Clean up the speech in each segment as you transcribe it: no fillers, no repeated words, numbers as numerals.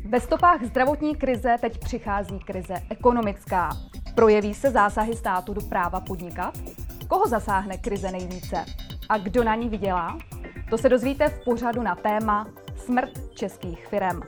Ve stopách zdravotní krize teď přichází krize ekonomická. Projeví se zásahy státu do práva podnikat? Koho zasáhne krize nejvíce? A kdo na ní vydělá? To se dozvíte v pořadu na téma Smrt českých firem.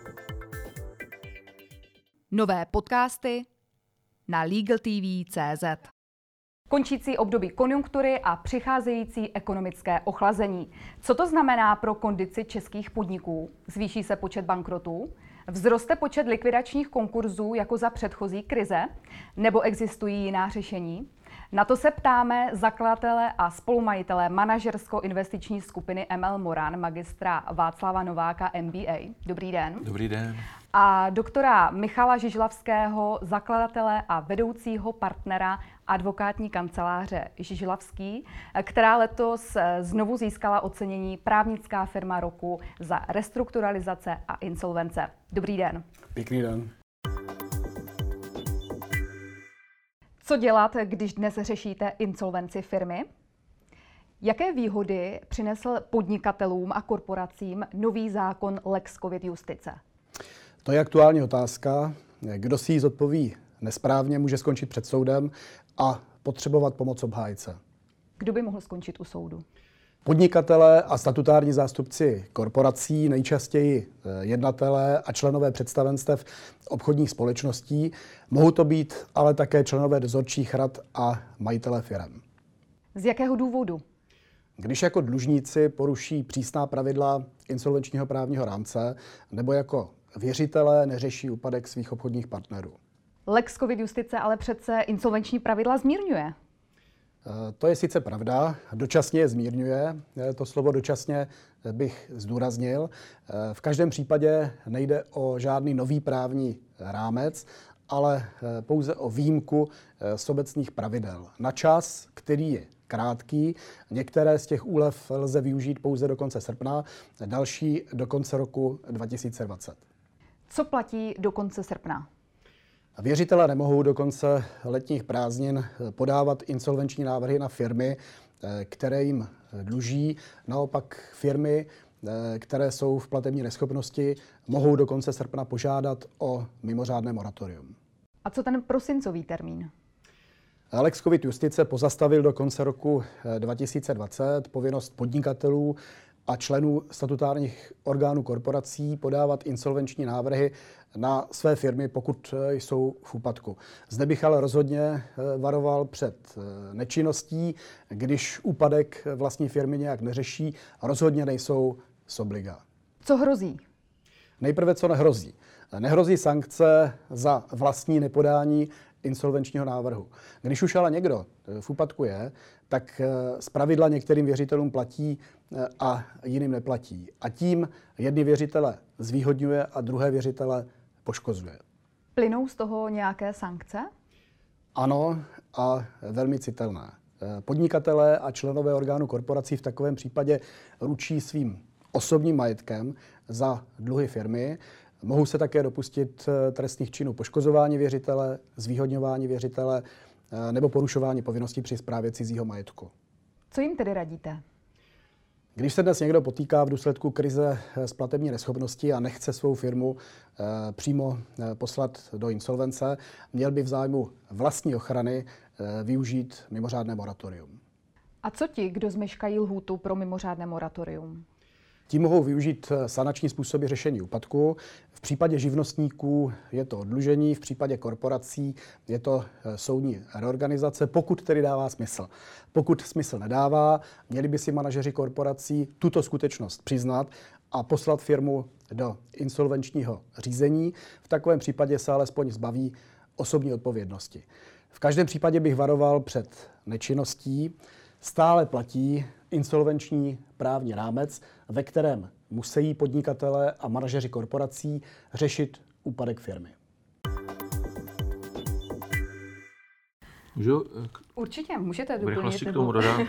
Nové podcasty na LegalTV.cz. Končící období konjunktury a přicházející ekonomické ochlazení. Co to znamená pro kondici českých podniků? Zvýší se počet bankrotů? Vzroste počet likvidačních konkurzů jako za předchozí krize? Nebo existují jiná řešení? Na to se ptáme zakladatele a spolumajitele manažersko-investiční skupiny ML Moran, magistra Václava Nováka MBA. Dobrý den. Dobrý den. A doktora Michala Žižlavského, zakladatele a vedoucího partnera advokátní kanceláře Žižlavský, která letos znovu získala ocenění Právnická firma roku za restrukturalizace a insolvence. Dobrý den. Pěkný den. Co dělat, když dnes řešíte insolvenci firmy? Jaké výhody přinesl podnikatelům a korporacím nový zákon Lex Covid Justice? To je aktuální otázka. Kdo si ji zodpoví nesprávně, může skončit před soudem a potřebovat pomoc obhájce. Kdo by mohl skončit u soudu? Podnikatelé a statutární zástupci korporací, nejčastěji jednatelé a členové představenstev obchodních společností, mohou to být ale také členové dozorčích rad a majitelé firem. Z jakého důvodu? Když jako dlužníci poruší přísná pravidla insolvenčního právního rámce nebo jako věřitelé neřeší úpadek svých obchodních partnerů. Lex Covid Justice ale přece insolvenční pravidla zmírňuje. To je sice pravda, dočasně je zmírňuje, to slovo dočasně bych zdůraznil. V každém případě nejde o žádný nový právní rámec, ale pouze o výjimku z obecných pravidel na čas, který je krátký. Některé z těch úlev lze využít pouze do konce srpna, další do konce roku 2020. Co platí do konce srpna? Věřitelé nemohou do konce letních prázdnin podávat insolvenční návrhy na firmy, které jim dluží. Naopak firmy, které jsou v platební neschopnosti, mohou do konce srpna požádat o mimořádné moratorium. A co ten prosincový termín? Lex Covid Justice pozastavil do konce roku 2020 povinnost podnikatelů a členů statutárních orgánů korporací podávat insolvenční návrhy na své firmy, pokud jsou v úpadku. Zde bych ale rozhodně varoval před nečinností, když úpadek vlastní firmy nějak neřeší, rozhodně nejsou z obliga. Co hrozí? Nejprve, co nehrozí. Nehrozí sankce za vlastní nepodání insolvenčního návrhu. Když už ale někdo v úpadku je, tak zpravidla některým věřitelům platí a jiným neplatí. A tím jedny věřitele zvýhodňuje a druhé věřitele poškozuje. Plynou z toho nějaké sankce? Ano, a velmi citelné. Podnikatelé a členové orgánů korporací v takovém případě ručí svým osobním majetkem za dluhy firmy. Mohou se také dopustit trestných činů poškozování věřitele, zvýhodňování věřitele nebo porušování povinností při správě cizího majetku. Co jim tedy radíte? Když se dnes někdo potýká v důsledku krize s platební neschopností a nechce svou firmu přímo poslat do insolvence, měl by v zájmu vlastní ochrany využít mimořádné moratorium. A co ti, kdo zmeškají lhůtu pro mimořádné moratorium? Ti mohou využít sanační způsoby řešení úpadku. V případě živnostníků je to oddlužení, v případě korporací je to soudní reorganizace, pokud tedy dává smysl. Pokud smysl nedává, měli by si manažeři korporací tuto skutečnost přiznat a poslat firmu do insolvenčního řízení. V takovém případě se alespoň zbaví osobní odpovědnosti. V každém případě bych varoval před nečinností. Stále platí insolvenční právní rámec, ve kterém musí podnikatelé a manažeři korporací řešit úpadek firmy. Můžu? Určitě, můžete doplnit. Rychlosti k tomu dodám.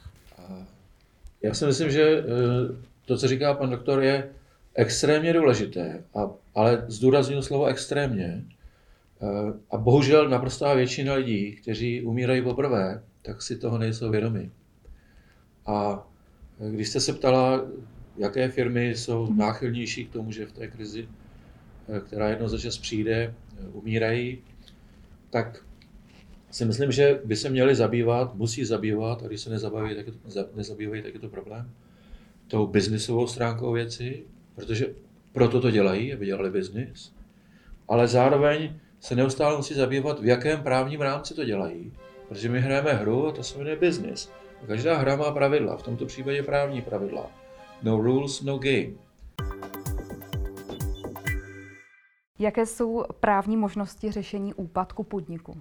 Já si myslím, že to, co říká pan doktor, je extrémně důležité, ale zdůrazňuji slovo extrémně. A bohužel naprostá většina lidí, kteří umírají poprvé, tak si toho nejsou vědomi. A když jste se ptala, jaké firmy jsou náchylnější k tomu, že v té krizi která jednou za čas přijde, umírají, tak si myslím, že by se měli zabývat, musí zabývat, a když se nezabývají, tak je to problém, tou biznisovou stránkou věci, protože proto to dělají, aby dělali biznis, ale zároveň se neustále musí zabývat, v jakém právním rámci to dělají, protože my hrajeme hru a to se jmenuje biznis. Každá hra má pravidla, v tomto případě právní pravidla. No rules, no game. Jaké jsou právní možnosti řešení úpadku podniku?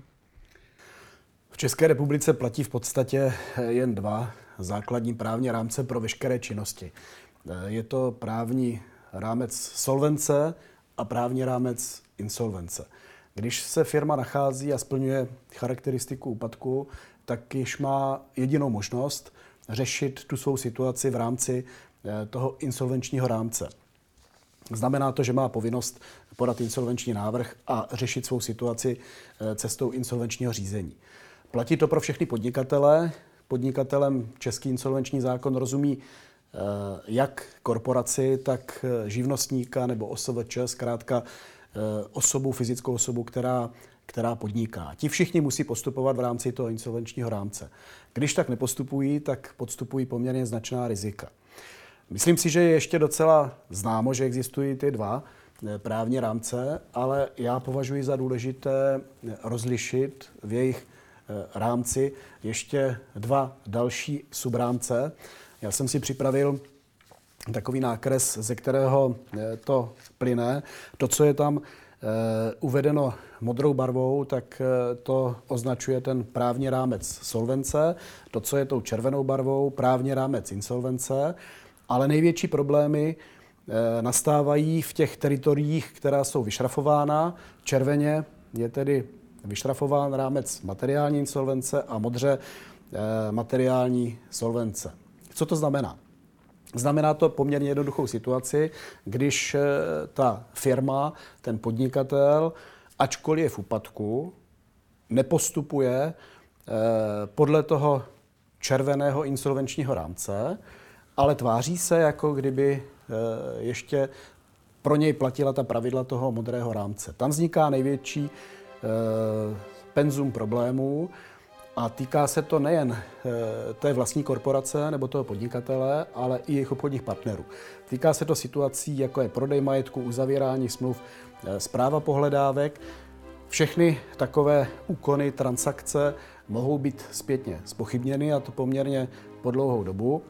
V České republice platí v podstatě jen dva základní právní rámce pro veškeré činnosti. Je to právní rámec solvence a právní rámec insolvence. Když se firma nachází a splňuje charakteristiku úpadku, tak již má jedinou možnost řešit tu svou situaci v rámci toho insolvenčního rámce. Znamená to, že má povinnost podat insolvenční návrh a řešit svou situaci cestou insolvenčního řízení. Platí to pro všechny podnikatele. Podnikatelem český insolvenční zákon rozumí jak korporaci, tak živnostníka nebo OSVČ, zkrátka fyzickou osobu, která podniká. Ti všichni musí postupovat v rámci toho insolvenčního rámce. Když tak nepostupují, tak podstupují poměrně značná rizika. Myslím si, že je ještě docela známo, že existují ty dva právní rámce, ale já považuji za důležité rozlišit v jejich rámci ještě dva další subrámce. Já jsem si připravil takový nákres, ze kterého to plyne. To, co je tam uvedeno modrou barvou, tak to označuje ten právní rámec solvence. To, co je tou červenou barvou, právní rámec insolvence. Ale největší problémy nastávají v těch teritoriích, která jsou vyšrafována. Červeně je tedy vyšrafován rámec materiální insolvence a modře materiální solvence. Co to znamená? Znamená to poměrně jednoduchou situaci, když ta firma, ten podnikatel, ačkoliv je v úpadku, nepostupuje podle toho červeného insolvenčního rámce, ale tváří se, jako kdyby ještě pro něj platila ta pravidla toho modrého rámce. Tam vzniká největší penzum problémů a týká se to nejen té vlastní korporace nebo toho podnikatele, ale i jejich obchodních partnerů. Týká se to situací, jako je prodej majetku, uzavírání smluv, správa pohledávek. Všechny takové úkony, transakce mohou být zpětně zpochybněny, a to poměrně po dlouhou dobu.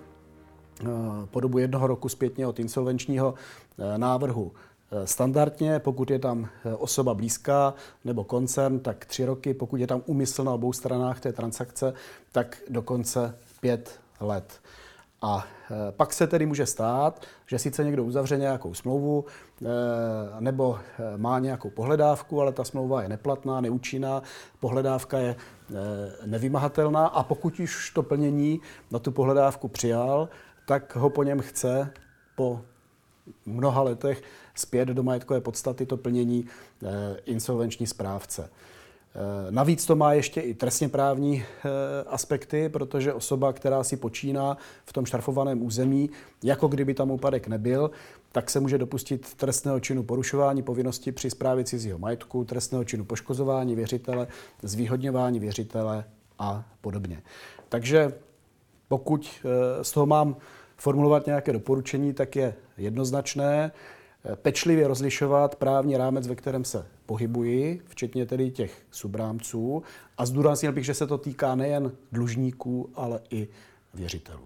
Po dobu 1 roku zpětně od insolvenčního návrhu standardně, pokud je tam osoba blízká nebo koncern, tak 3 roky, pokud je tam úmysl na obou stranách té transakce, tak dokonce 5 let. A pak se tedy může stát, že sice někdo uzavře nějakou smlouvu nebo má nějakou pohledávku, ale ta smlouva je neplatná, neúčinná, pohledávka je nevymahatelná a pokud už to plnění na tu pohledávku přijal, tak ho po něm chce po mnoha letech zpět do majetkové podstaty to plnění insolvenční správce. Navíc to má ještě i trestně právní aspekty, protože osoba, která si počíná v tom štrafovaném území, jako kdyby tam úpadek nebyl, tak se může dopustit trestného činu porušování povinnosti při správě cizího majetku, trestného činu poškozování věřitele, zvýhodňování věřitele a podobně. Takže pokud z toho mám formulovat nějaké doporučení, tak je jednoznačné pečlivě rozlišovat právní rámec, ve kterém se pohybuji, včetně tedy těch subrámců. A zdůraznil bych, že se to týká nejen dlužníků, ale i věřitelů.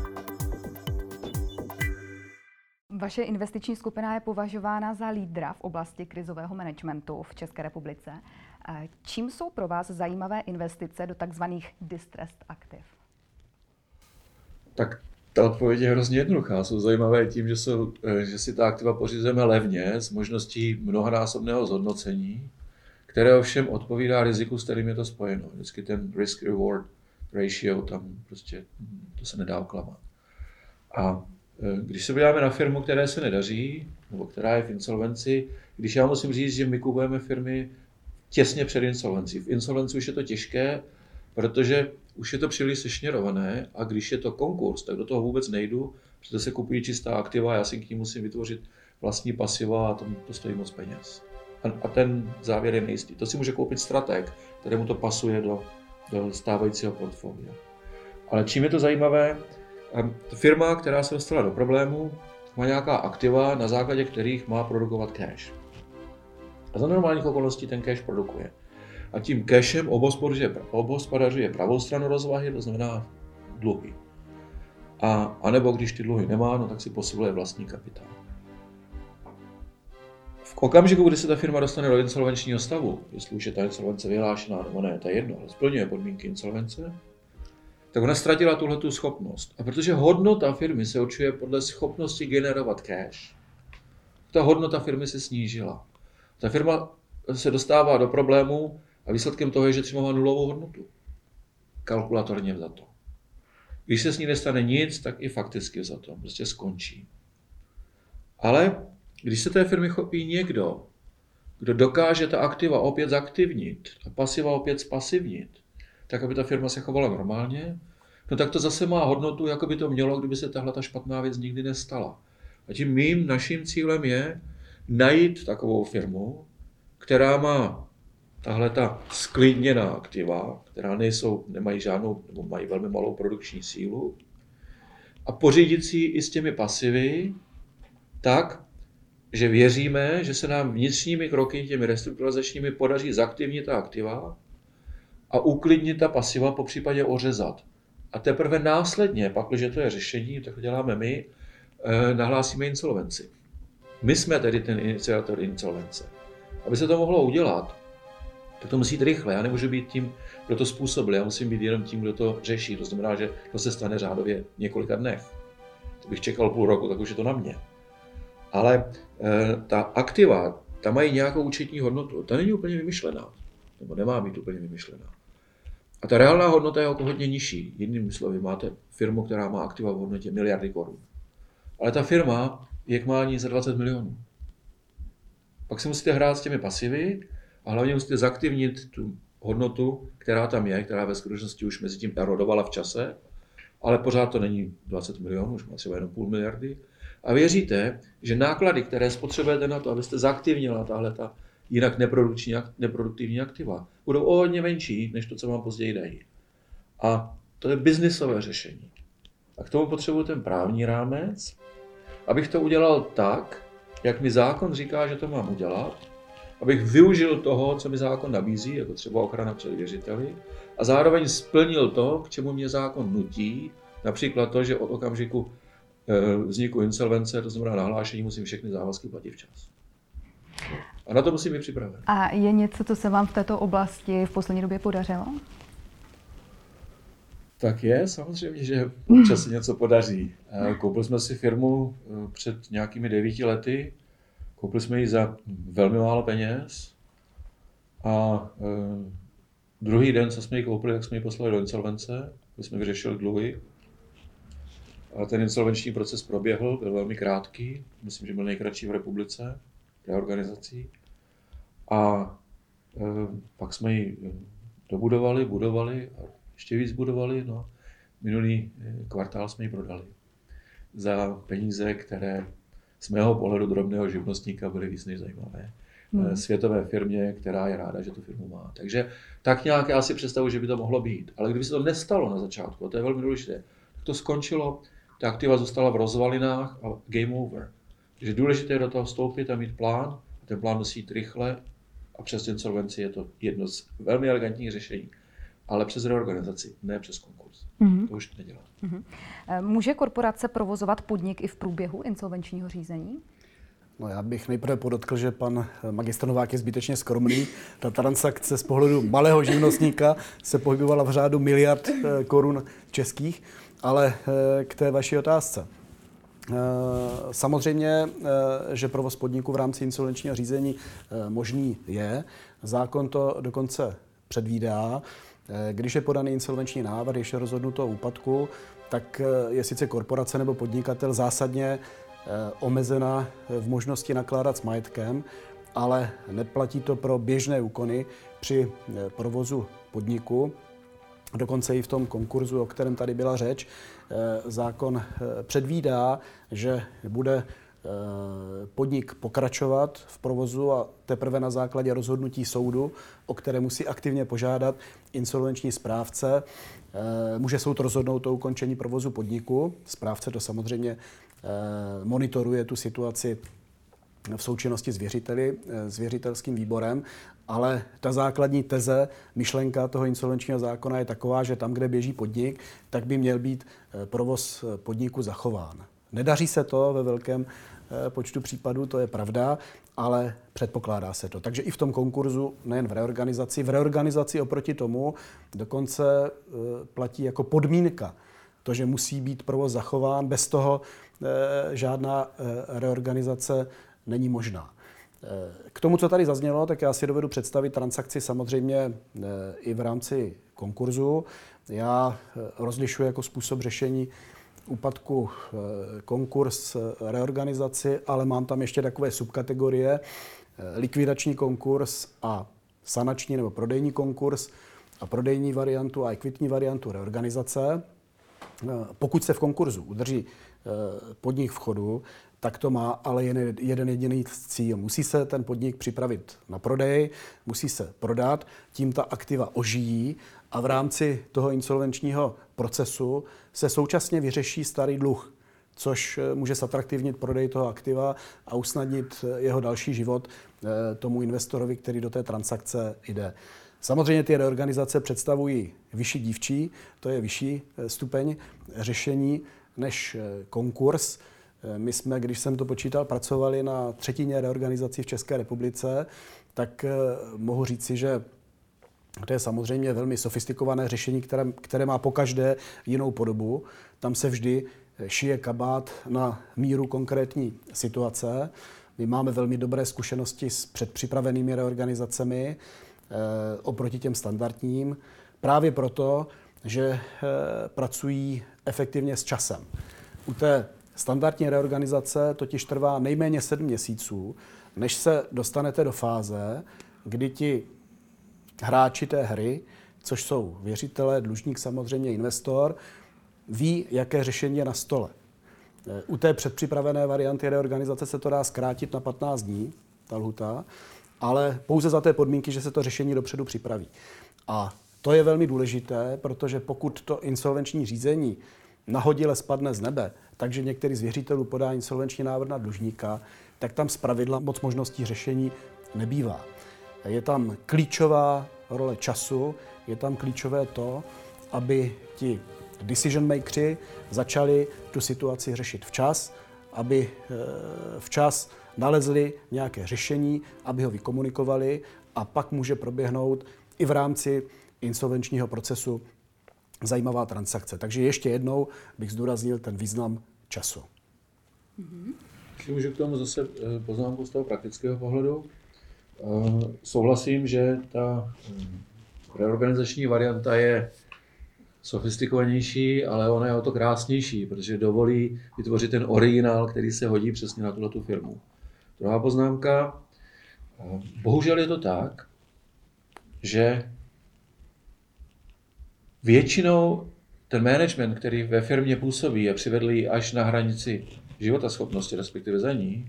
Vaše investiční skupina je považována za lídra v oblasti krizového managementu v České republice. Čím jsou pro vás zajímavé investice do takzvaných distressed aktiv? Tak ta odpověď je hrozně jednoduchá. Jsou zajímavé tím, že si ta aktiva pořizujeme levně s možností mnohonásobného zhodnocení, které ovšem odpovídá riziku, s kterým je to spojeno. Vždycky ten risk-reward ratio, tam prostě to se nedá oklamat. A když se podíváme na firmu, které se nedaří, nebo která je v insolvenci, když já musím říct, že my kupujeme firmy těsně před insolvencí. V insolvenci už je to těžké, protože už je to příliš sešněrované a když je to konkurs, tak do toho vůbec nejdu, protože se kupují čistá aktiva a já si k ní musím vytvořit vlastní pasiva a to stojí moc peněz. A ten závěr je nejistý. To si může koupit strateg, kterému to pasuje do stávajícího portfolia. Ale čím je to zajímavé, firma, která se dostala do problému, má nějaká aktiva, na základě kterých má produkovat cash. A za normálních okolností ten cash produkuje. A tím cashem obhospodařuje pravou stranu rozvahy, to znamená dluhy. A nebo když ty dluhy nemá, no tak si posiluje vlastní kapitál. V okamžiku, kdy se ta firma dostane do insolvenčního stavu, jestli už je ta insolvence vyhlášená nebo ne, to je jedno, ale splňuje podmínky insolvence, tak ona ztratila tuhletu schopnost. A protože hodnota firmy se určuje podle schopnosti generovat cash, ta hodnota firmy se snížila. Ta firma se dostává do problému a výsledkem toho je, že třeba má nulovou hodnotu. Kalkulatorně vzato. Když se s ní nestane nic, tak i fakticky vzato. Prostě skončí. Ale když se té firmy chopí někdo, kdo dokáže ta aktiva opět zaktivnit a pasiva opět spasivnit, tak aby ta firma se chovala normálně, no tak to zase má hodnotu, jako by to mělo, kdyby se tahle ta špatná věc nikdy nestala. A tím naším cílem je najít takovou firmu, která má tahle ta sklidněná aktiva, která nemají žádnou, nebo mají velmi malou produkční sílu, a pořídit si ji i s těmi pasivy tak, že věříme, že se nám vnitřními kroky, těmi restrukturalizačními, podaří zaktivnit ta aktiva a uklidnit ta pasiva, popřípadě ořezat. A teprve následně, pakliže to je řešení, tak to děláme my, nahlásíme insolvenci. My jsme tedy ten iniciátor insolvence. Aby se to mohlo udělat, tak to musí jít rychle. Já nemůžu být tím, kdo to způsobil, já musím být jenom tím, kdo to řeší. To znamená, že to se stane řádově v několika dnech. Kdybych čekal půl roku, tak už je to na mě. Ale ta aktiva, ta mají nějakou účetní hodnotu. Ta není úplně vymyšlená, nebo nemá být úplně vymyšlená. A ta reálná hodnota je hodně nižší. Jinými slovy, máte firmu, která má aktiva v hodnotě miliardy korun. Ale ta firma je k mání za 20 milionů. Pak si musíte hrát s těmi pasivy a hlavně musíte zaktivnit tu hodnotu, která tam je, která ve skutečnosti už mezi tím erodovala v čase, ale pořád to není 20 milionů, už má třeba jenom půl miliardy. A věříte, že náklady, které spotřebujete na to, abyste zaktivnila tahleta jinak neproduktivní aktiva, budou o hodně menší, než to, co vám později dají. A to je biznisové řešení. A k tomu potřebuji ten právní rámec, abych to udělal tak, jak mi zákon říká, že to mám udělat, abych využil toho, co mi zákon nabízí, jako třeba ochrana před věřiteli, a zároveň splnil to, k čemu mě zákon nutí, například to, že od okamžiku vzniku insolvence, to znamená nahlášení, musím všechny závazky platit včas. A na to musím být připraven. A je něco, co se vám v této oblasti v poslední době podařilo? Tak je, samozřejmě, že občas se něco podaří. Koupili jsme si firmu před nějakými 9 lety, koupili jsme ji za velmi málo peněz a druhý den, co jsme ji koupili, tak jsme ji poslali do insolvence, kde jsme vyřešili dluhy. A ten insolvenční proces proběhl, byl velmi krátký, myslím, že byl nejkratší v republice, reorganizací. A pak jsme ji budovali a ještě víc budovali. No, minulý kvartál jsme ji prodali za peníze, které z mého pohledu drobného živnostníka byly víc než zajímavé. Světové firmě, která je ráda, že tu firmu má. Takže tak nějak já si představuji, že by to mohlo být. Ale kdyby se to nestalo na začátku, a to je velmi důležité, tak to skončilo, ta aktiva zůstala v rozvalinách a game over. Takže důležité je do toho vstoupit a mít plán. A ten plán musí jít rychle a přes insolvenci je to jedno z velmi elegantních řešení. Ale přes reorganizaci, ne přes konkurs. To už nedělá. Může korporace provozovat podnik i v průběhu insolvenčního řízení? No, já bych nejprve podotkl, že pan magistr Novák je zbytečně skromný. Ta transakce z pohledu malého živnostníka se pohybovala v řádu miliard korun českých, ale k té vaší otázce. Samozřejmě, že provoz podniku v rámci insolvenčního řízení možný je. Zákon to dokonce předvídá. Když je podaný insolvenční návrh, když je rozhodnuto o úpadku, tak je sice korporace nebo podnikatel zásadně omezena v možnosti nakládat s majetkem, ale neplatí to pro běžné úkony při provozu podniku. Dokonce i v tom konkurzu, o kterém tady byla řeč, zákon předvídá, že bude podnik pokračovat v provozu a teprve na základě rozhodnutí soudu, o které musí aktivně požádat insolvenční správce, může soud rozhodnout o ukončení provozu podniku. Správce to samozřejmě monitoruje tu situaci v součinnosti s věřiteli, s věřitelským výborem, ale ta základní teze, myšlenka toho insolvenčního zákona je taková, že tam, kde běží podnik, tak by měl být provoz podniku zachován. Nedaří se to ve velkém počtu případů, to je pravda, ale předpokládá se to. Takže i v tom konkurzu, nejen v reorganizaci oproti tomu dokonce platí jako podmínka to, že musí být provoz zachován, bez toho žádná reorganizace není možná. K tomu, co tady zaznělo, tak já si dovedu představit transakci samozřejmě i v rámci konkurzu. Já rozlišuji jako způsob řešení úpadku konkurs, reorganizaci, ale mám tam ještě takové subkategorie likvidační konkurs a sanační nebo prodejní konkurs a prodejní variantu a ekvitní variantu reorganizace. Pokud se v konkurzu udrží podnik v chodu, tak to má ale jeden jediný cíl. Musí se ten podnik připravit na prodej, musí se prodat, tím ta aktiva ožijí a v rámci toho insolvenčního procesu se současně vyřeší starý dluh, což může zatraktivnit prodej toho aktiva a usnadnit jeho další život tomu investorovi, který do té transakce jde. Samozřejmě ty reorganizace představují vyšší dívčí, to je vyšší stupeň řešení než konkurs. My jsme, když jsem to počítal, pracovali na 3. reorganizací v České republice, tak mohu říci, že to je samozřejmě velmi sofistikované řešení, které má pokaždé jinou podobu. Tam se vždy šije kabát na míru konkrétní situace. My máme velmi dobré zkušenosti s předpřipravenými reorganizacemi oproti těm standardním, právě proto, že pracují efektivně s časem. U té standardní reorganizace totiž trvá nejméně 7 měsíců, než se dostanete do fáze, kdy ti hráči té hry, což jsou věřitelé, dlužník, samozřejmě investor, ví, jaké řešení je na stole. U té předpřipravené varianty reorganizace se to dá zkrátit na 15 dní, ta lhuta, ale pouze za té podmínky, že se to řešení dopředu připraví. A to je velmi důležité, protože pokud to insolvenční řízení nahodile spadne z nebe, takže některý z věřitelů podá insolvenční návrh na dlužníka, tak tam zpravidla moc možností řešení nebývá. Je tam klíčová role času, je tam klíčové to, aby ti decision makeri začali tu situaci řešit včas, aby včas nalezli nějaké řešení, aby ho vykomunikovali a pak může proběhnout i v rámci insolvenčního procesu zajímavá transakce. Takže ještě jednou bych zdůraznil ten význam času. Když můžu k tomu zase poznámku z toho praktického pohledu. Souhlasím, že ta reorganizační varianta je sofistikovanější, ale ona je o to krásnější, protože dovolí vytvořit ten originál, který se hodí přesně na tuhletu firmu. Druhá poznámka. Bohužel je to tak, že většinou ten management, který ve firmě působí a přivedl ji až na hranici životaschopnosti, respektive za ní,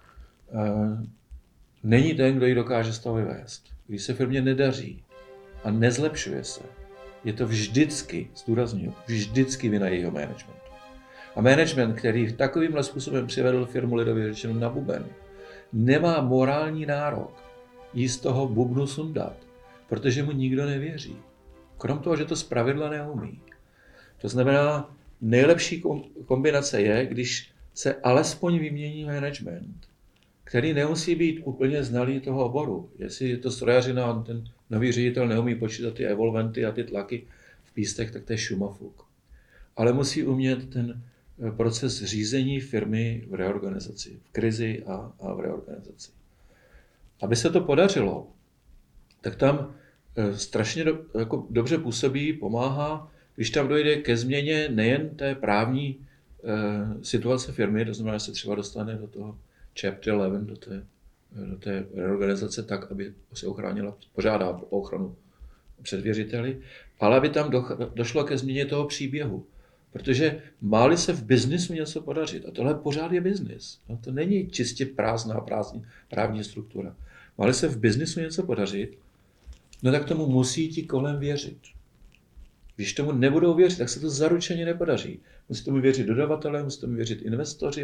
není ten, kdo ji dokáže z toho vyvést. Když se firmě nedaří a nezlepšuje se, je to vždycky, zdůrazňuji, vždycky vina jejího managementu. A management, který takovýmhle způsobem přivedl firmu lidově řečeno na buben, nemá morální nárok jí z toho bubnu sundat, protože mu nikdo nevěří. Krom toho, že to zpravidla neumí. To znamená, nejlepší kombinace je, když se alespoň vymění management, který nemusí být úplně znalý toho oboru. Jestli je to strojařina a ten nový ředitel neumí počítat ty evolventy a ty tlaky v pístech, tak to je šumafuk. Ale musí umět ten proces řízení firmy v reorganizaci, v krizi a v reorganizaci. Aby se to podařilo, tak tam strašně dobře působí, pomáhá, když tam dojde ke změně nejen té právní situace firmy, to znamená, že se třeba dostane do toho Chapter 11, do té reorganizace tak, aby se ochránila, požádá o ochranu před věřiteli, ale aby tam došlo ke změně toho příběhu. Protože máli se v biznisu něco podařit, a tohle pořád je biznis, no, to není čistě prázdná právní struktura. Máli se v biznisu něco podařit, no tak tomu musí ti kolem věřit. Když tomu nebudou věřit, tak se to zaručeně nepodaří. Musí tomu věřit dodavatelé, musí tomu věřit investoři,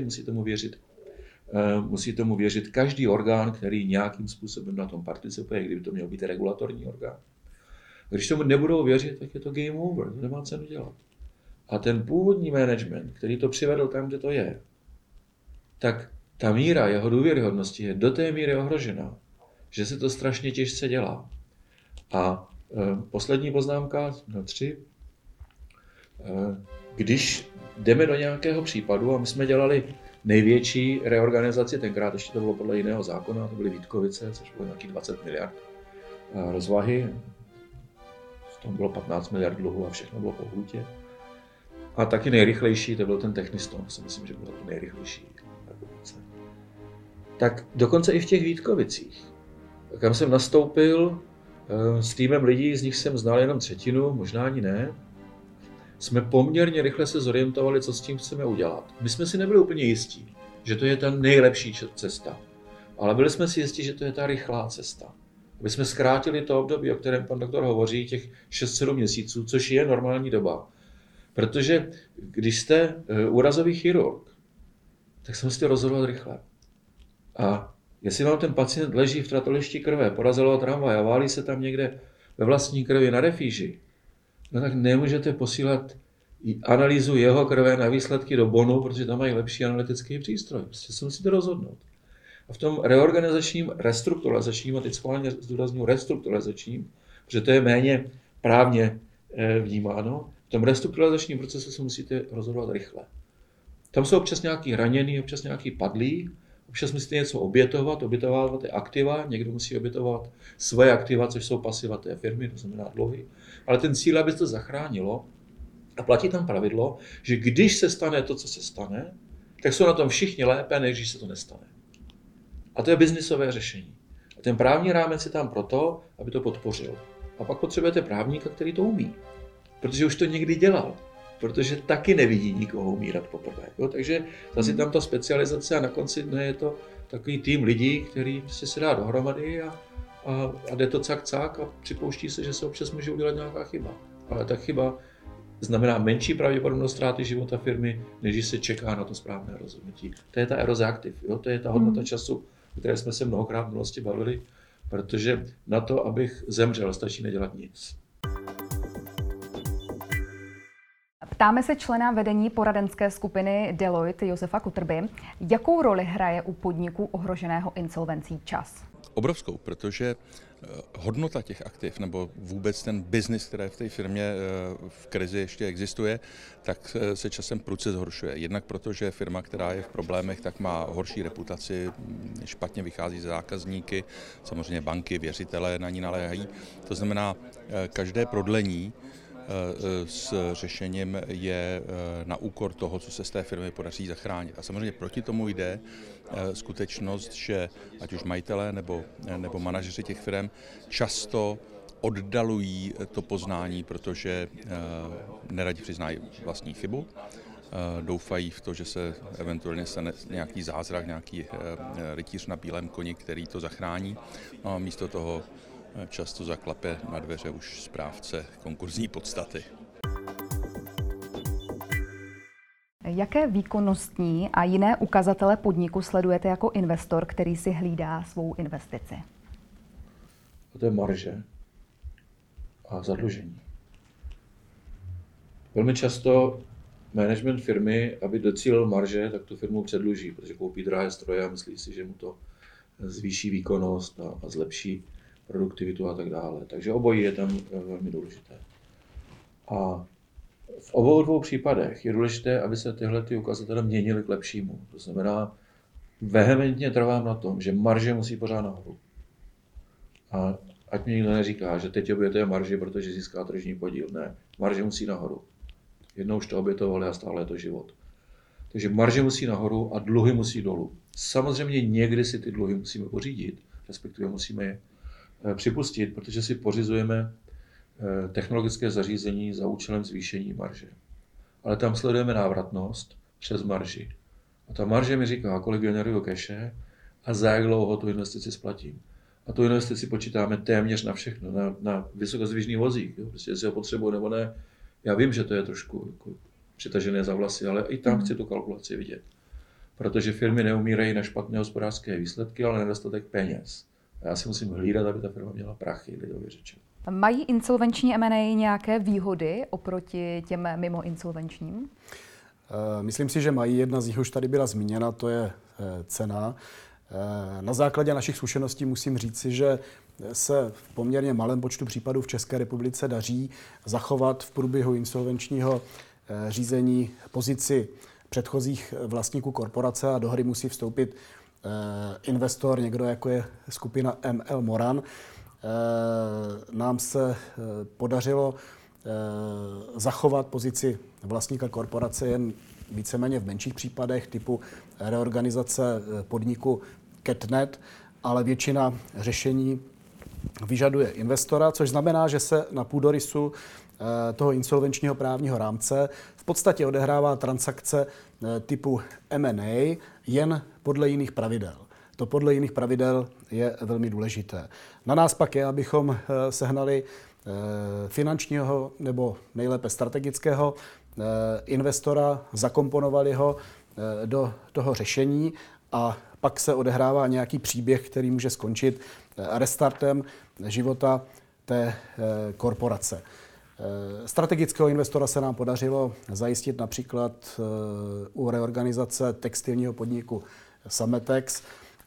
musí tomu věřit každý orgán, který nějakým způsobem na tom participuje, kdyby to měl být regulatorní orgán. Když tomu nebudou věřit, tak je to game over, to nemá cenu dělat. A ten původní management, který to přivedl tam, kde to je, tak ta míra jeho důvěryhodnosti je do té míry ohrožená, že se to strašně těžce dělá. A poslední poznámka na 3. Když jdeme do nějakého případu, a my jsme dělali největší reorganizaci, tenkrát ještě to bylo podle jiného zákona, to byly Vítkovice, což bylo nějakých 20 miliard rozvahy, v tom bylo 15 miliard dluhu a všechno bylo po hůtě. A taky nejrychlejší, to byl ten Techniston, si myslím, že bylo to nejrychlejší republice. Tak dokonce i v těch Vítkovicích, kam jsem nastoupil s týmem lidí, z nich jsem znal jenom 1/3, možná ani ne, jsme poměrně rychle se zorientovali, co s tím chceme udělat. My jsme si nebyli úplně jistí, že to je ta nejlepší cesta, ale byli jsme si jistí, že to je ta rychlá cesta. Aby jsme zkrátili to období, o kterém pan doktor hovoří, těch 6-7 měsíců, což je normální doba. Protože když jste úrazový chirurg, tak se musíte rozhodovat rychle. A jestli vám ten pacient leží v tratolišti krve, porazilo tramvaj a válí se tam někde ve vlastní krvi na refíži, no tak nemůžete posílat analýzu jeho krve na výsledky do Bonu, protože tam mají lepší analytický přístroj. Prostě se musíte rozhodnout. A v tom reorganizačním, restrukturalizačním, a teď schválně zdůrazňuji restrukturalizačním, protože to je méně právně vnímáno, v tom restrukturalizačním procesu se musíte rozhodovat rychle. Tam jsou občas nějaký raněný, občas nějaký padlý, občas musíte něco obětovat je aktiva, někdo musí obětovat svoje aktiva, což jsou pasiva té firmy, to znamená dluhy. Ale ten cíl, aby se to zachránilo, a platí tam pravidlo, že když se stane to, co se stane, tak jsou na tom všichni lépe, než když se to nestane. A to je biznisové řešení. A ten právní rámec je tam proto, aby to podpořil. A pak potřebujete právníka, který to umí. Protože už to někdy dělal. Protože taky nevidí nikoho umírat poprvé. Jo? Takže zase tam ta specializace a na konci dne je to takový tým lidí, který prostě se dá dohromady a jde to cak a připouští se, že se občas může udělat nějaká chyba. Ale ta chyba znamená menší pravděpodobnost ztráty života firmy, než když se čeká na to správné rozhodnutí. To je ta eroze aktiv, jo? To je ta hodnota času, o které jsme se mnohokrát v minulosti bavili, protože na to, abych zemřel, stačí nedělat nic. Ptáme se člena vedení poradenské skupiny Deloitte Josefa Kutrby, jakou roli hraje u podniku ohroženého insolvencí čas? Obrovskou, protože hodnota těch aktiv nebo vůbec ten biznis, který v té firmě v krizi ještě existuje, tak se časem prudce zhoršuje. Jednak proto, že firma, která je v problémech, tak má horší reputaci, špatně vychází ze zákazníky, samozřejmě banky, věřitelé na ní naléhají. To znamená, každé prodlení s řešením je na úkor toho, co se z té firmy podaří zachránit. A samozřejmě proti tomu jde skutečnost, že ať už majitelé nebo manažeři těch firm často oddalují to poznání, protože neradi přiznají vlastní chybu, doufají v to, že se eventuálně stane nějaký zázrak, nějaký rytíř na bílém koni, který to zachrání. No a místo toho často zaklape na dveře už správce konkurzní podstaty. Jaké výkonnostní a jiné ukazatele podniku sledujete jako investor, který si hlídá svou investici? To je marže a zadlužení. Velmi často management firmy, aby docílil marže, tak tu firmu předluží, protože koupí drahé stroje a myslí si, že mu to zvýší výkonnost a zlepší produktivitu a tak dále. Takže obojí je tam velmi důležité. A v obou dvou případech je důležité, aby se tyhle ukazatele měnily k lepšímu. To znamená, vehementně trvám na tom, že marže musí pořád nahoru. A ať mi nikdo neříká, že teď obětuje marži, protože získá tržní podíl. Ne, marže musí nahoru. Jednou už to obětovali a stále je to život. Takže marže musí nahoru a dluhy musí dolů. Samozřejmě někdy si ty dluhy musíme pořídit, respektive musíme je připustit, protože si pořizujeme technologické zařízení za účelem zvýšení marže. ale tam sledujeme návratnost přes marži. A ta marže mi říká, kolik generuju keše a za jak dlouho tu investici splatím. A tu investici počítáme téměř na všechno, na vysokozvěžný vozík. Jo? Prostě jestli ho potřebuji nebo ne. Já vím, že to je trošku jako přitažené za vlasy, ale i tam chci tu kalkulaci vidět. Protože firmy neumírají na špatné hospodářské výsledky, ale nedostatek peněz. A já si musím hlídat, aby ta firma měla prachy, lidově řečeno. Mají insolvenční M&A nějaké výhody oproti těm mimoinsolvenčním? Myslím si, že mají. Jedna z nich už tady byla zmíněna, to je cena. Na základě našich zkušeností musím říci, že se v poměrně malém počtu případů v České republice daří zachovat v průběhu insolvenčního řízení pozici předchozích vlastníků korporace a do hry musí vstoupit investor, někdo jako je skupina ML Moran. Nám se podařilo zachovat pozici vlastníka korporace jen víceméně v menších případech typu reorganizace podniku Ketnet, ale většina řešení vyžaduje investora, což znamená, že se na půdorysu toho insolvenčního právního rámce v podstatě odehrává transakce typu M&A jen podle jiných pravidel. To podle jiných pravidel je velmi důležité. Na nás pak je, abychom sehnali finančního nebo nejlépe strategického investora, zakomponovali ho do toho řešení a pak se odehrává nějaký příběh, který může skončit restartem života té korporace. Strategického investora se nám podařilo zajistit například u reorganizace textilního podniku Sametex.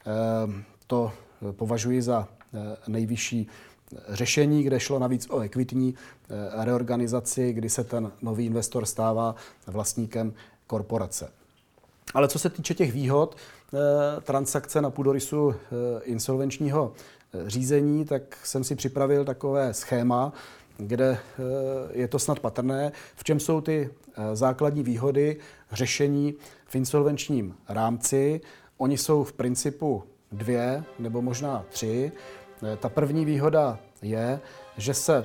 To považuji za nejvyšší řešení, kde šlo navíc o ekvitní reorganizaci, kdy se ten nový investor stává vlastníkem korporace. Ale co se týče těch výhod transakce na půdorysu insolvenčního řízení, tak jsem si připravil takové schéma, kde je to snad patrné, v čem jsou ty základní výhody řešení v insolvenčním rámci. Oni jsou v principu 2 nebo možná 3. Ta první výhoda je, že se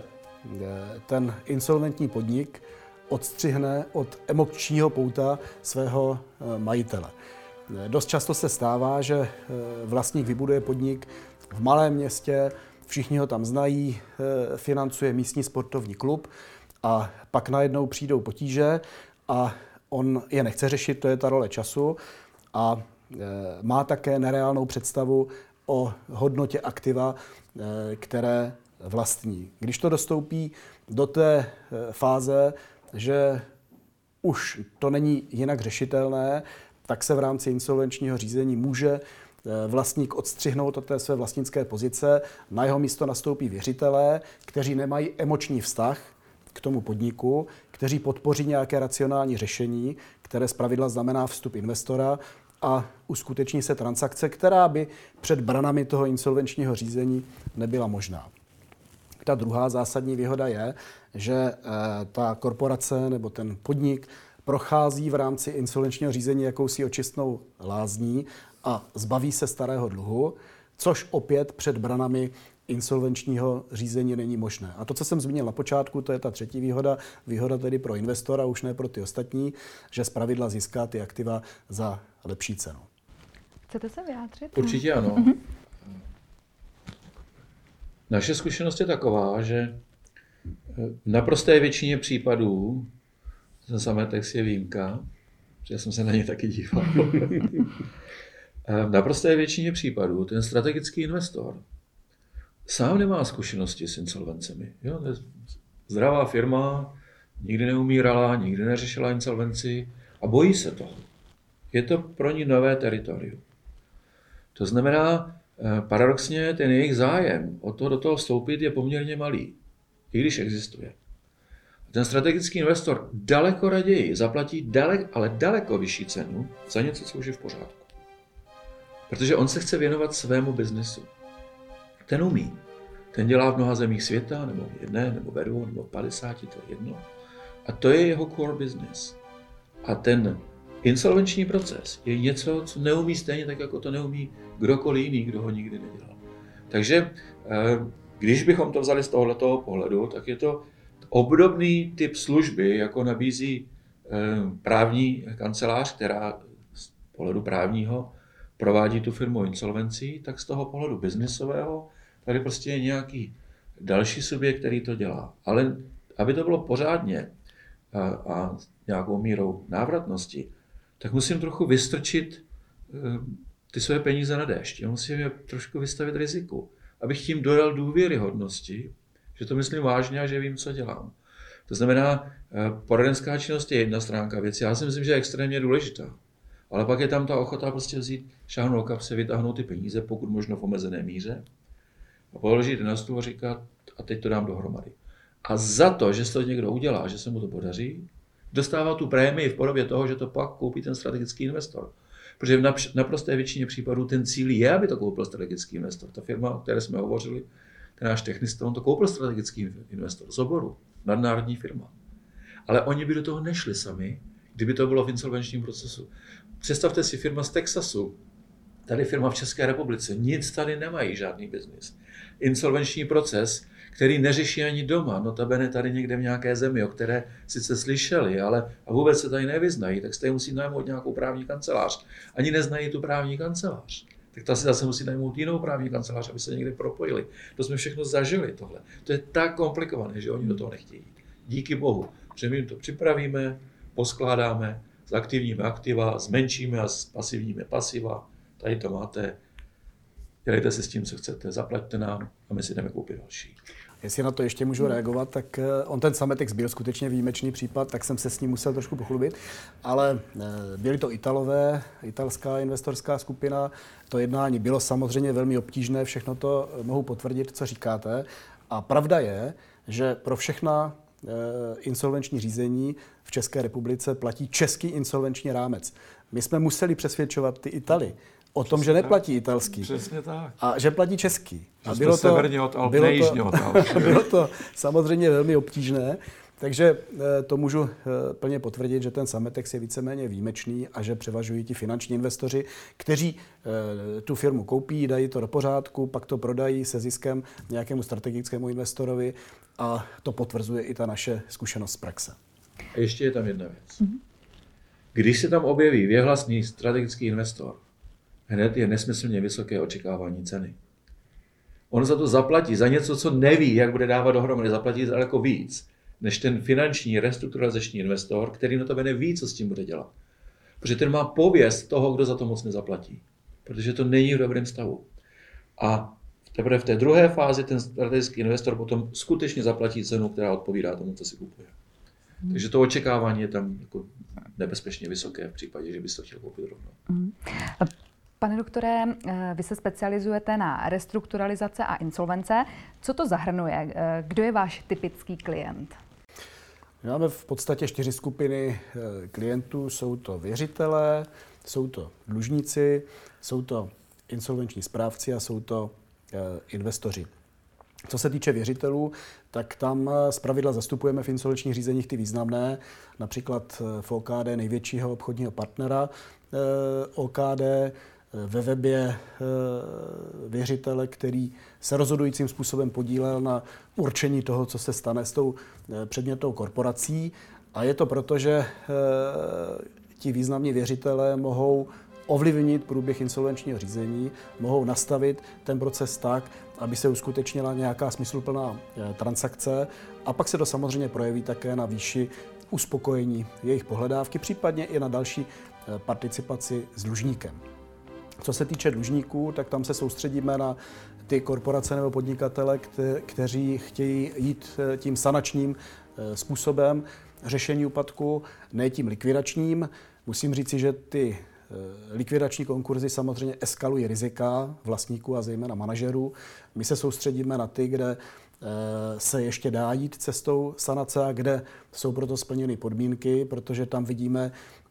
ten insolventní podnik odstřihne od emočního pouta svého majitele. Dost často se stává, že vlastník vybuduje podnik v malém městě, všichni ho tam znají, financuje místní sportovní klub a pak najednou přijdou potíže a on je nechce řešit, to je ta role času a má také nereálnou představu o hodnotě aktiva, které vlastní. Když to dostoupí do té fáze, že už to není jinak řešitelné, tak se v rámci insolvenčního řízení může vlastník odstřihnout od té své vlastnické pozice. Na jeho místo nastoupí věřitelé, kteří nemají emoční vztah k tomu podniku, kteří podpoří nějaké racionální řešení, které zpravidla znamená vstup investora a uskuteční se transakce, která by před branami toho insolvenčního řízení nebyla možná. Ta druhá zásadní výhoda je, že ta korporace nebo ten podnik prochází v rámci insolvenčního řízení jakousi očistnou lázní a zbaví se starého dluhu, což opět před branami insolvenčního řízení není možné. A to, co jsem zmínil na počátku, to je ta třetí výhoda. Výhoda tedy pro investora, už ne pro ty ostatní, že zpravidla získá ty aktiva za lepší cenu. Chcete se vyjádřit? Určitě ano. Naše zkušenost je taková, že v naprosté většině případů, ten Sametex je výjimka, protože jsem se na ně taky díval, v naprosté většině případů ten strategický investor sám nemá zkušenosti s insolvencemi. Jo? Zdravá firma, nikdy neumírala, nikdy neřešila insolvenci a bojí se toho. Je to pro ní nové teritorium. To znamená, paradoxně ten jejich zájem o to do toho vstoupit je poměrně malý, i když existuje. Ten strategický investor daleko raději zaplatí daleko vyšší cenu za něco, co už je v pořádku. Protože on se chce věnovat svému biznesu. Ten umí. Ten dělá v mnoha zemích světa, nebo v jedné, nebo ve dvou, nebo 50, to je jedno. A to je jeho core business. A ten insolvenční proces je něco, co neumí stejně tak, jako to neumí kdokoliv jiný, kdo ho nikdy nedělal. Takže když bychom to vzali z tohoto pohledu, tak je to obdobný typ služby, jako nabízí právní kancelář, která z pohledu právního provádí tu firmu insolvencí, tak z toho pohledu biznisového tady prostě je nějaký další subjekt, který to dělá. Ale aby to bylo pořádně a nějakou mírou návratnosti, tak musím trochu vystrčit ty své peníze na déšť. Já musím je trošku vystavit riziku, abych tím dodal důvěryhodnosti, že to myslím vážně a že vím, co dělám. To znamená, poradenská činnost je jedna stránka věci. Já si myslím, že je extrémně důležitá. Ale pak je tam ta ochota prostě vzít, šáhnout do kapsy, vytáhnout ty peníze, pokud možno v omezené míře, a položit na stůl a říkat, a teď to dám dohromady. A za to, že se to někdo udělá, že se mu to podaří, dostává tu prémii v podobě toho, že to pak koupí ten strategický investor. Protože v naprosté většině případů ten cíl je, aby to koupil strategický investor. Ta firma, o které jsme hovořili, ten náš technista, on to koupil strategický investor z oboru, nadnárodní firma. Ale oni by do toho nešli sami, kdyby to bylo v insolvenčním procesu. Představte si firma z Texasu, tady firma v České republice, nic tady nemají, žádný biznis. Insolvenční proces, který neřeší ani doma, notabene tady někde v nějaké zemi, o které sice slyšeli, ale a vůbec se tady nevyznají, tak jste musí najmout nějakou právní kancelář. Ani neznají tu právní kancelář. Tak ta si zase musí najmout jinou právní kancelář, aby se někde propojili. To jsme všechno zažili tohle. To je tak komplikované, že oni do toho nechtějí. Díky bohu. Protože my jim to připravíme, poskládáme, zaktivníme aktiva, zmenšíme a pasivníme pasiva. Tady to máte. Dělejte si s tím, co chcete, zaplaťte nám a my si jdeme koupit další. Jestli na to ještě můžu reagovat, tak on ten Sametex byl skutečně výjimečný případ, tak jsem se s ním musel trošku pochlubit, ale byli to Italové, italská investorská skupina, to jednání bylo samozřejmě velmi obtížné, všechno to mohu potvrdit, co říkáte. A pravda je, že pro všechna insolvenční řízení v České republice platí český insolvenční rámec. My jsme museli přesvědčovat ty Italy o tom, že neplatí italský. Přesně tak. A že platí český. A bylo to severně od Alp, nejižně od Alp. Bylo to samozřejmě velmi obtížné, takže to můžu plně potvrdit, že ten Sametex je víceméně výjimečný a že převažují ti finanční investoři, kteří tu firmu koupí, dají to do pořádku, pak to prodají se ziskem nějakému strategickému investorovi a to potvrzuje i ta naše zkušenost z praxe. A ještě je tam jedna věc. Když se tam objeví věhlasný strategický investor, hned je nesmyslně vysoké očekávání ceny. On za to zaplatí, za něco, co neví, jak bude dávat dohromady, zaplatí daleko víc, než ten finanční restrukturalizační investor, který notabene ví, co s tím bude dělat. Protože ten má pověst toho, kdo za to moc nezaplatí. Protože to není v dobrém stavu. A teprve v té druhé fázi ten strategický investor potom skutečně zaplatí cenu, která odpovídá tomu, co si kupuje. Takže to očekávání je tam jako nebezpečně vysoké v případě, že bys to chtěl koupit rovnou. Pane doktore, vy se specializujete na restrukturalizace a insolvence. Co to zahrnuje? Kdo je váš typický klient? Máme v podstatě 4 skupiny klientů. Jsou to věřitelé, jsou to dlužníci, jsou to insolvenční správci a jsou to investoři. Co se týče věřitelů, tak tam zpravidla zastupujeme v insolvenčních řízeních ty významné, například v OKD největšího obchodního partnera OKD, ve webě věřitele, který se rozhodujícím způsobem podílel na určení toho, co se stane s tou předmětnou korporací. A je to proto, že ti významní věřitelé mohou ovlivnit průběh insolvenčního řízení, mohou nastavit ten proces tak, aby se uskutečnila nějaká smysluplná transakce a pak se to samozřejmě projeví také na výši uspokojení jejich pohledávky, případně i na další participaci s dlužníkem. Co se týče dlužníků, tak tam se soustředíme na ty korporace nebo podnikatele, kteří chtějí jít tím sanačním způsobem řešení úpadku, ne tím likvidačním. Musím říci, že ty likvidační konkurzy samozřejmě eskalují rizika vlastníků a zejména manažerů. My se soustředíme na ty, kde se ještě dá jít cestou sanace a kde jsou proto splněny podmínky, protože tam vidíme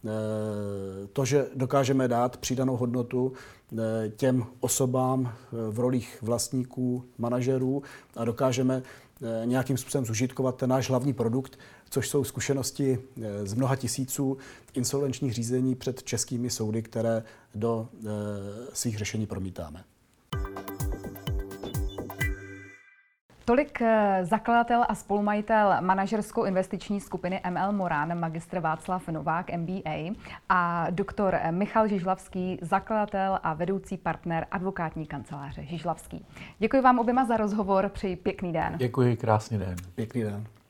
to, že dokážeme dát přidanou hodnotu těm osobám v rolích vlastníků, manažerů a dokážeme nějakým způsobem zužitkovat ten náš hlavní produkt, což jsou zkušenosti z mnoha tisíců insolvenčních řízení před českými soudy, které do svých řešení promítáme. Tolik zakladatel a spolumajitel manažersko-investiční skupiny ML Moran, magistr Václav Novák, MBA, a doktor Michal Žižlavský, zakladatel a vedoucí partner advokátní kanceláře Žižlavský. Děkuji vám oběma za rozhovor, přeji pěkný den. Děkuji, krásný den. Pěkný den.